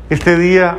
Este día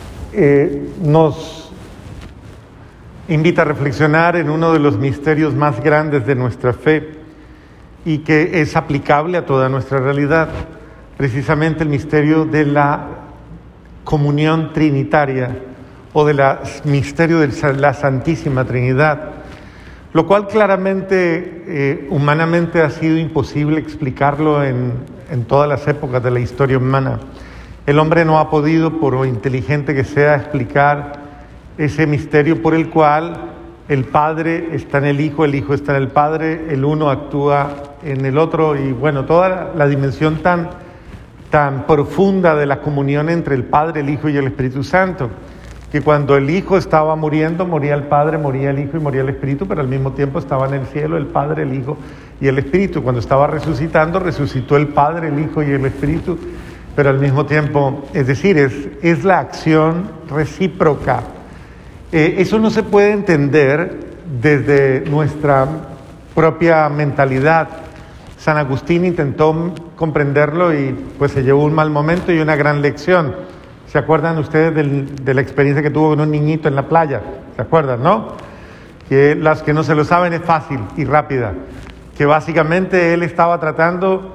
nos invita a reflexionar en uno de los misterios más grandes de nuestra fe y que es aplicable a toda nuestra realidad, precisamente el misterio de la comunión trinitaria o del misterio de la Santísima Trinidad, lo cual claramente, humanamente ha sido imposible explicarlo en todas las épocas de la historia humana. El hombre no ha podido, por inteligente que sea, explicar ese misterio por el cual el Padre está en el Hijo está en el Padre, el uno actúa en el otro, y bueno, toda la dimensión tan profunda de la comunión entre el Padre, el Hijo y el Espíritu Santo, que cuando el Hijo estaba muriendo, moría el Padre, moría el Hijo y moría el Espíritu, pero al mismo tiempo estaban en el cielo el Padre, el Hijo y el Espíritu. Cuando estaba resucitando, resucitó el Padre, el Hijo y el Espíritu, pero al mismo tiempo, es decir, es la acción recíproca. Eso no se puede entender desde nuestra propia mentalidad. San Agustín intentó comprenderlo y pues se llevó un mal momento y una gran lección. ¿Se acuerdan ustedes de la experiencia que tuvo con un niñito en la playa? ¿Se acuerdan, no? Que las que no se lo saben es fácil y rápida. Que básicamente él estaba tratando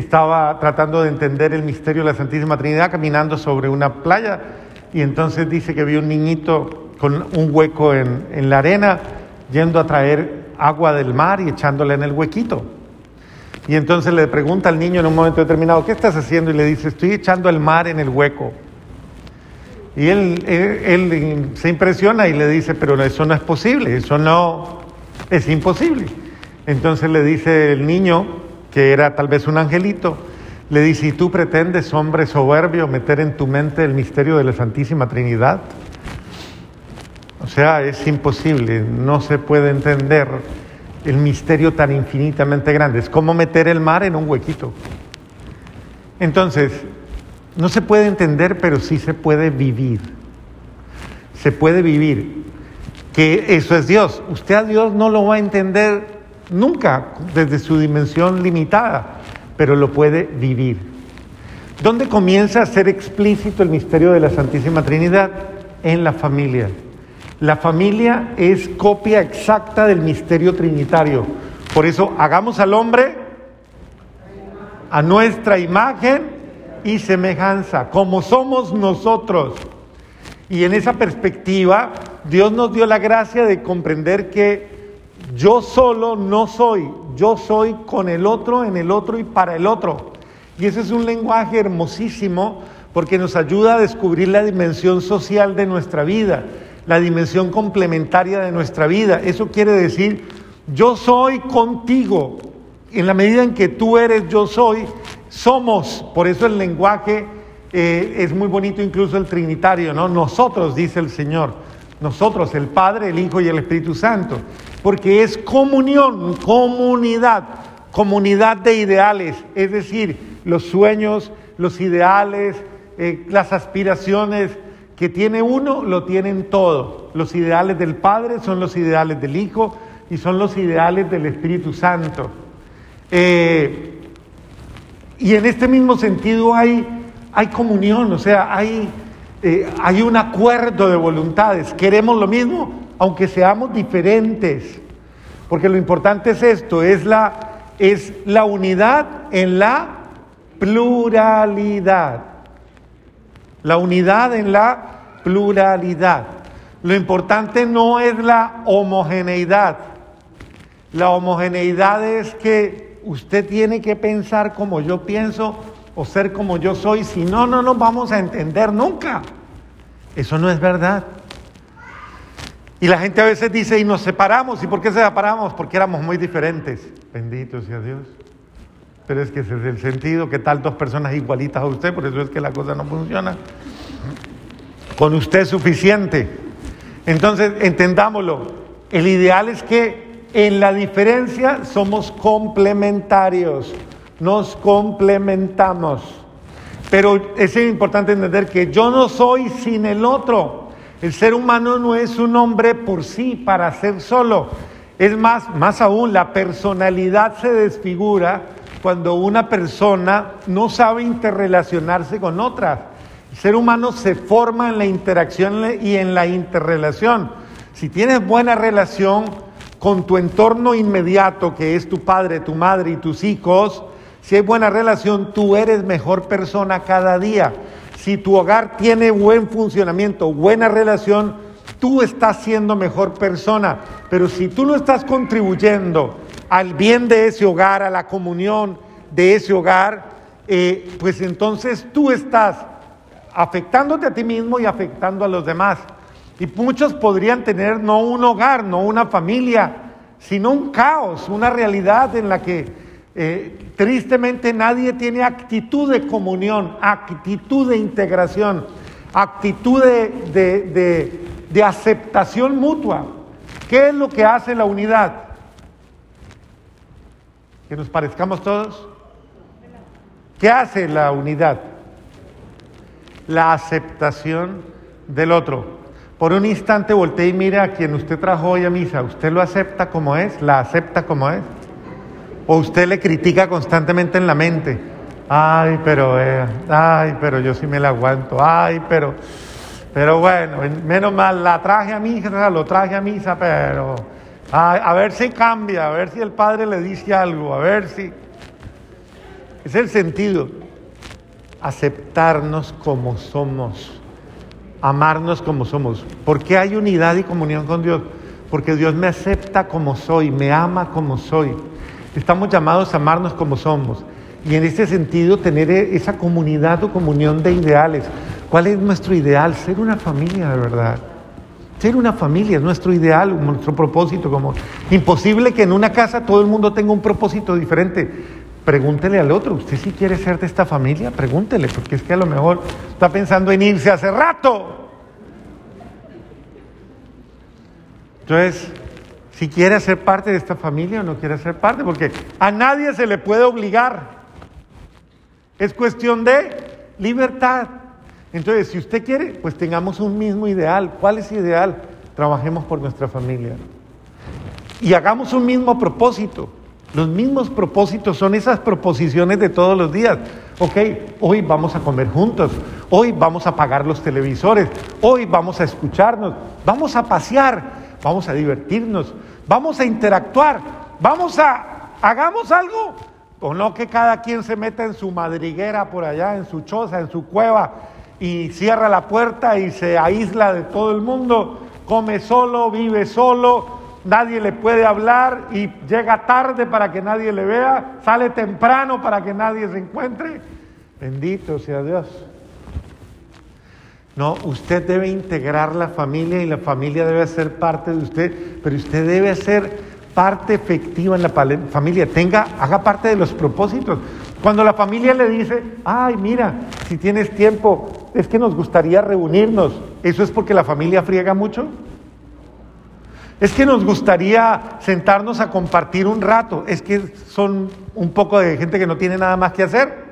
de entender el misterio de la Santísima Trinidad caminando sobre una playa, y entonces dice que vio un niñito con un hueco en la arena yendo a traer agua del mar y echándola en el huequito. Y entonces le pregunta al niño en un momento determinado: ¿qué estás haciendo? Y le dice: estoy echando el mar en el hueco. Y él se impresiona y le dice: pero eso no es posible, eso no es imposible. Entonces le dice el niño, que era tal vez un angelito, le dice: ¿y tú pretendes, hombre soberbio, meter en tu mente el misterio de la Santísima Trinidad? O sea, es imposible, no se puede entender el misterio tan infinitamente grande. Es como meter el mar en un huequito. Entonces, no se puede entender, pero sí se puede vivir. Se puede vivir que eso es Dios. Usted a Dios no lo va a entender nunca desde su dimensión limitada, pero lo puede vivir. ¿Dónde comienza a ser explícito el misterio de la Santísima Trinidad? En la familia. La familia es copia exacta del misterio trinitario. Por eso, hagamos al hombre a nuestra imagen y semejanza, como somos nosotros. Y en esa perspectiva, Dios nos dio la gracia de comprender que yo solo no soy, yo soy con el otro, en el otro y para el otro. Y ese es un lenguaje hermosísimo porque nos ayuda a descubrir la dimensión social de nuestra vida, la dimensión complementaria de nuestra vida. Eso quiere decir: yo soy contigo, en la medida en que tú eres, yo soy, somos. Por eso el lenguaje es muy bonito, incluso el trinitario, ¿no? Nosotros, dice el Señor, nosotros, el Padre, el Hijo y el Espíritu Santo, porque es comunión, comunidad de ideales, es decir, los sueños, los ideales, las aspiraciones que tiene uno, lo tienen todo. Los ideales del Padre son los ideales del Hijo y son los ideales del Espíritu Santo. Y en este mismo sentido hay comunión, o sea, hay un acuerdo de voluntades. Queremos lo mismo, aunque seamos diferentes, porque lo importante es esto, es la unidad en la pluralidad. La unidad en la pluralidad. Lo importante no es la homogeneidad. La homogeneidad es que usted tiene que pensar como yo pienso o ser como yo soy, si no, no nos vamos a entender nunca. Eso no es verdad. Y la gente a veces dice: y nos separamos. ¿Y por qué se separamos? Porque éramos muy diferentes. Bendito sea Dios. Pero es que ese es el sentido, que tal dos personas igualitas a usted, por eso es que la cosa no funciona. Con usted es suficiente. Entonces, entendámoslo. El ideal es que en la diferencia somos complementarios, nos complementamos. Pero es importante entender que yo no soy sin el otro. El ser humano no es un hombre por sí, para ser solo. Es más aún, la personalidad se desfigura cuando una persona no sabe interrelacionarse con otras. El ser humano se forma en la interacción y en la interrelación. Si tienes buena relación con tu entorno inmediato, que es tu padre, tu madre y tus hijos, si hay buena relación, tú eres mejor persona cada día. Si tu hogar tiene buen funcionamiento, buena relación, tú estás siendo mejor persona. Pero si tú no estás contribuyendo al bien de ese hogar, a la comunión de ese hogar, pues entonces tú estás afectándote a ti mismo y afectando a los demás. Y muchos podrían tener no un hogar, no una familia, sino un caos, una realidad en la que tristemente nadie tiene actitud de comunión, actitud de integración, actitud de aceptación mutua. ¿Qué es lo que hace la unidad? ¿Que nos parezcamos todos? ¿Qué hace la unidad? La aceptación del otro. Por un instante voltee y mire a quien usted trajo hoy a misa. ¿Usted lo acepta como es? ¿La acepta como es? ¿O usted le critica constantemente en la mente? Ay, pero yo sí me la aguanto. Ay, pero bueno, menos mal, la traje a misa, lo traje a misa, pero ay, a ver si cambia, a ver si el padre le dice algo, a ver si... Es el sentido. Aceptarnos como somos. Amarnos como somos. ¿Por qué hay unidad y comunión con Dios? Porque Dios me acepta como soy, me ama como soy. Estamos llamados a amarnos como somos. Y en este sentido tener esa comunidad o comunión de ideales. ¿Cuál es nuestro ideal? Ser una familia de verdad. Ser una familia es nuestro ideal, nuestro propósito. Como imposible que en una casa todo el mundo tenga un propósito diferente. Pregúntele al otro, ¿usted sí quiere ser de esta familia? Pregúntele, porque es que a lo mejor está pensando en irse hace rato. Entonces, si quiere ser parte de esta familia o no quiere ser parte, porque a nadie se le puede obligar. Es cuestión de libertad. Entonces, si usted quiere, pues tengamos un mismo ideal. ¿Cuál es el ideal? Trabajemos por nuestra familia. Y hagamos un mismo propósito. Los mismos propósitos son esas proposiciones de todos los días. Ok, hoy vamos a comer juntos, hoy vamos a apagar los televisores, hoy vamos a escucharnos, vamos a pasear, vamos a divertirnos, vamos a interactuar, hagamos algo. O no que cada quien se meta en su madriguera por allá, en su choza, en su cueva, y cierra la puerta y se aísla de todo el mundo, come solo, vive solo. Nadie le puede hablar y llega tarde para que nadie le vea, sale temprano para que nadie se encuentre. Bendito sea Dios. No, usted debe integrar la familia y la familia debe ser parte de usted, pero usted debe ser parte efectiva en la familia. Haga parte de los propósitos. Cuando la familia le dice, ay, mira, si tienes tiempo, es que nos gustaría reunirnos, ¿eso es porque la familia friega mucho? Es que nos gustaría sentarnos a compartir un rato. Es que son un poco de gente que no tiene nada más que hacer.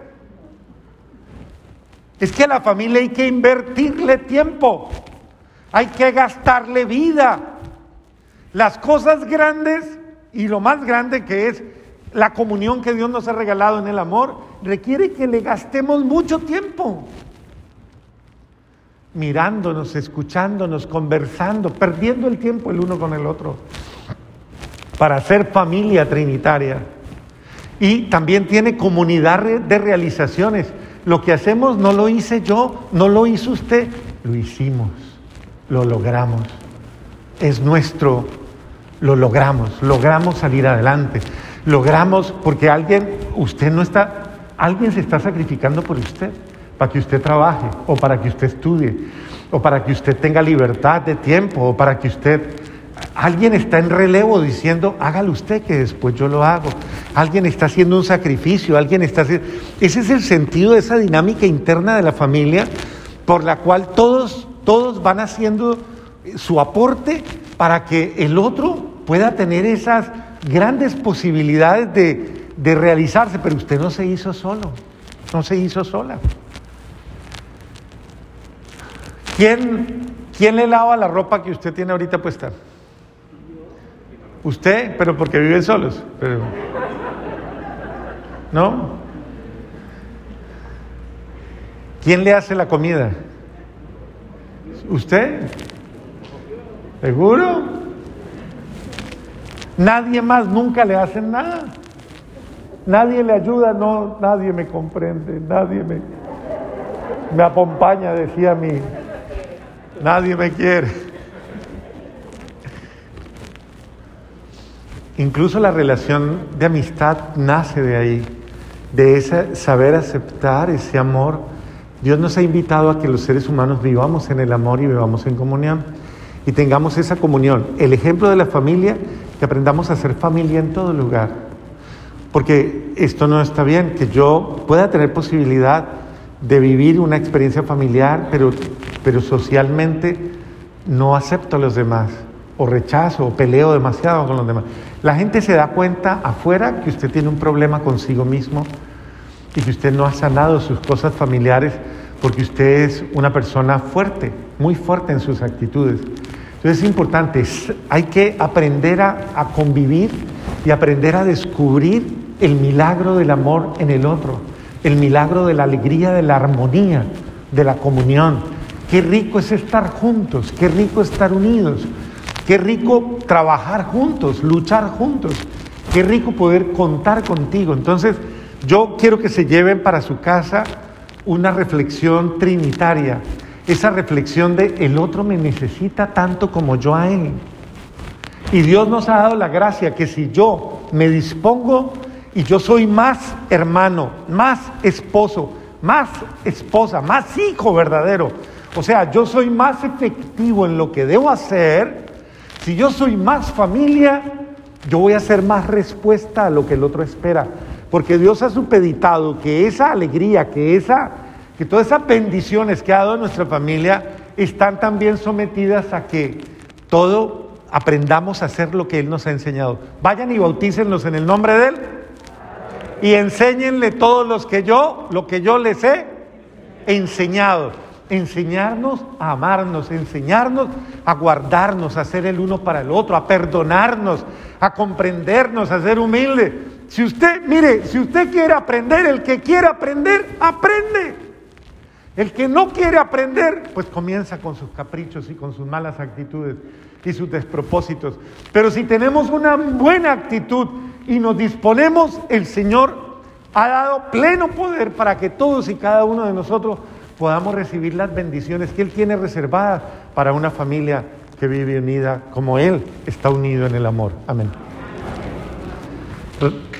Es que a la familia hay que invertirle tiempo. Hay que gastarle vida. Las cosas grandes y lo más grande que es la comunión que Dios nos ha regalado en el amor, requiere que le gastemos mucho tiempo. Mirándonos, escuchándonos, conversando, perdiendo el tiempo el uno con el otro para ser familia trinitaria. Y también tiene comunidad de realizaciones. Lo que hacemos no lo hice yo, no lo hizo usted, lo hicimos, lo logramos. Es nuestro, logramos salir adelante. Logramos, porque alguien se está sacrificando por usted. Para que usted trabaje, o para que usted estudie, o para que usted tenga libertad de tiempo, o para que alguien está en relevo diciendo, hágalo usted que después yo lo hago. Alguien está haciendo un sacrificio, ese es el sentido de esa dinámica interna de la familia, por la cual todos van haciendo su aporte para que el otro pueda tener esas grandes posibilidades de realizarse, pero usted no se hizo solo, no se hizo sola. ¿Quién le lava la ropa que usted tiene ahorita puesta? ¿Usted? Pero porque viven solos. ¿No? ¿Quién le hace la comida? ¿Usted? ¿Seguro? Nadie más, nunca le hacen nada. Nadie le ayuda, no, nadie me comprende, nadie me acompaña, decía mi, nadie me quiere. Incluso la relación de amistad nace de ahí, de ese saber aceptar ese amor. Dios nos ha invitado a que los seres humanos vivamos en el amor y vivamos en comunión y tengamos esa comunión. El ejemplo de la familia, que aprendamos a ser familia en todo lugar. Porque esto no está bien, que yo pueda tener posibilidad de vivir una experiencia familiar, pero socialmente no acepto a los demás, o rechazo, o peleo demasiado con los demás. La gente se da cuenta afuera que usted tiene un problema consigo mismo y que usted no ha sanado sus cosas familiares porque usted es una persona fuerte, muy fuerte en sus actitudes. Entonces es importante, hay que aprender a convivir y aprender a descubrir el milagro del amor en el otro, el milagro de la alegría, de la armonía, de la comunión. Qué rico es estar juntos, qué rico estar unidos, qué rico trabajar juntos, luchar juntos, qué rico poder contar contigo. Entonces, yo quiero que se lleven para su casa una reflexión trinitaria, esa reflexión de el otro me necesita tanto como yo a él. Y Dios nos ha dado la gracia que si yo me dispongo y yo soy más hermano, más esposo, más esposa, más hijo verdadero, o sea, yo soy más efectivo en lo que debo hacer, si yo soy más familia, yo voy a hacer más respuesta a lo que el otro espera, porque Dios ha supeditado que esa alegría, que todas esas bendiciones que ha dado nuestra familia están también sometidas a que todo aprendamos a hacer lo que Él nos ha enseñado. Vayan y bautícenlos en el nombre de Él y enséñenle todos lo que yo les he enseñado. Enseñarnos a amarnos, enseñarnos a guardarnos, a ser el uno para el otro, a perdonarnos, a comprendernos, a ser humilde. Si usted quiere aprender, el que quiere aprender, aprende. El que no quiere aprender, pues comienza con sus caprichos y con sus malas actitudes y sus despropósitos. Pero si tenemos una buena actitud y nos disponemos, el Señor ha dado pleno poder para que todos y cada uno de nosotros podamos recibir las bendiciones que Él tiene reservadas para una familia que vive unida como Él está unido en el amor. Amén.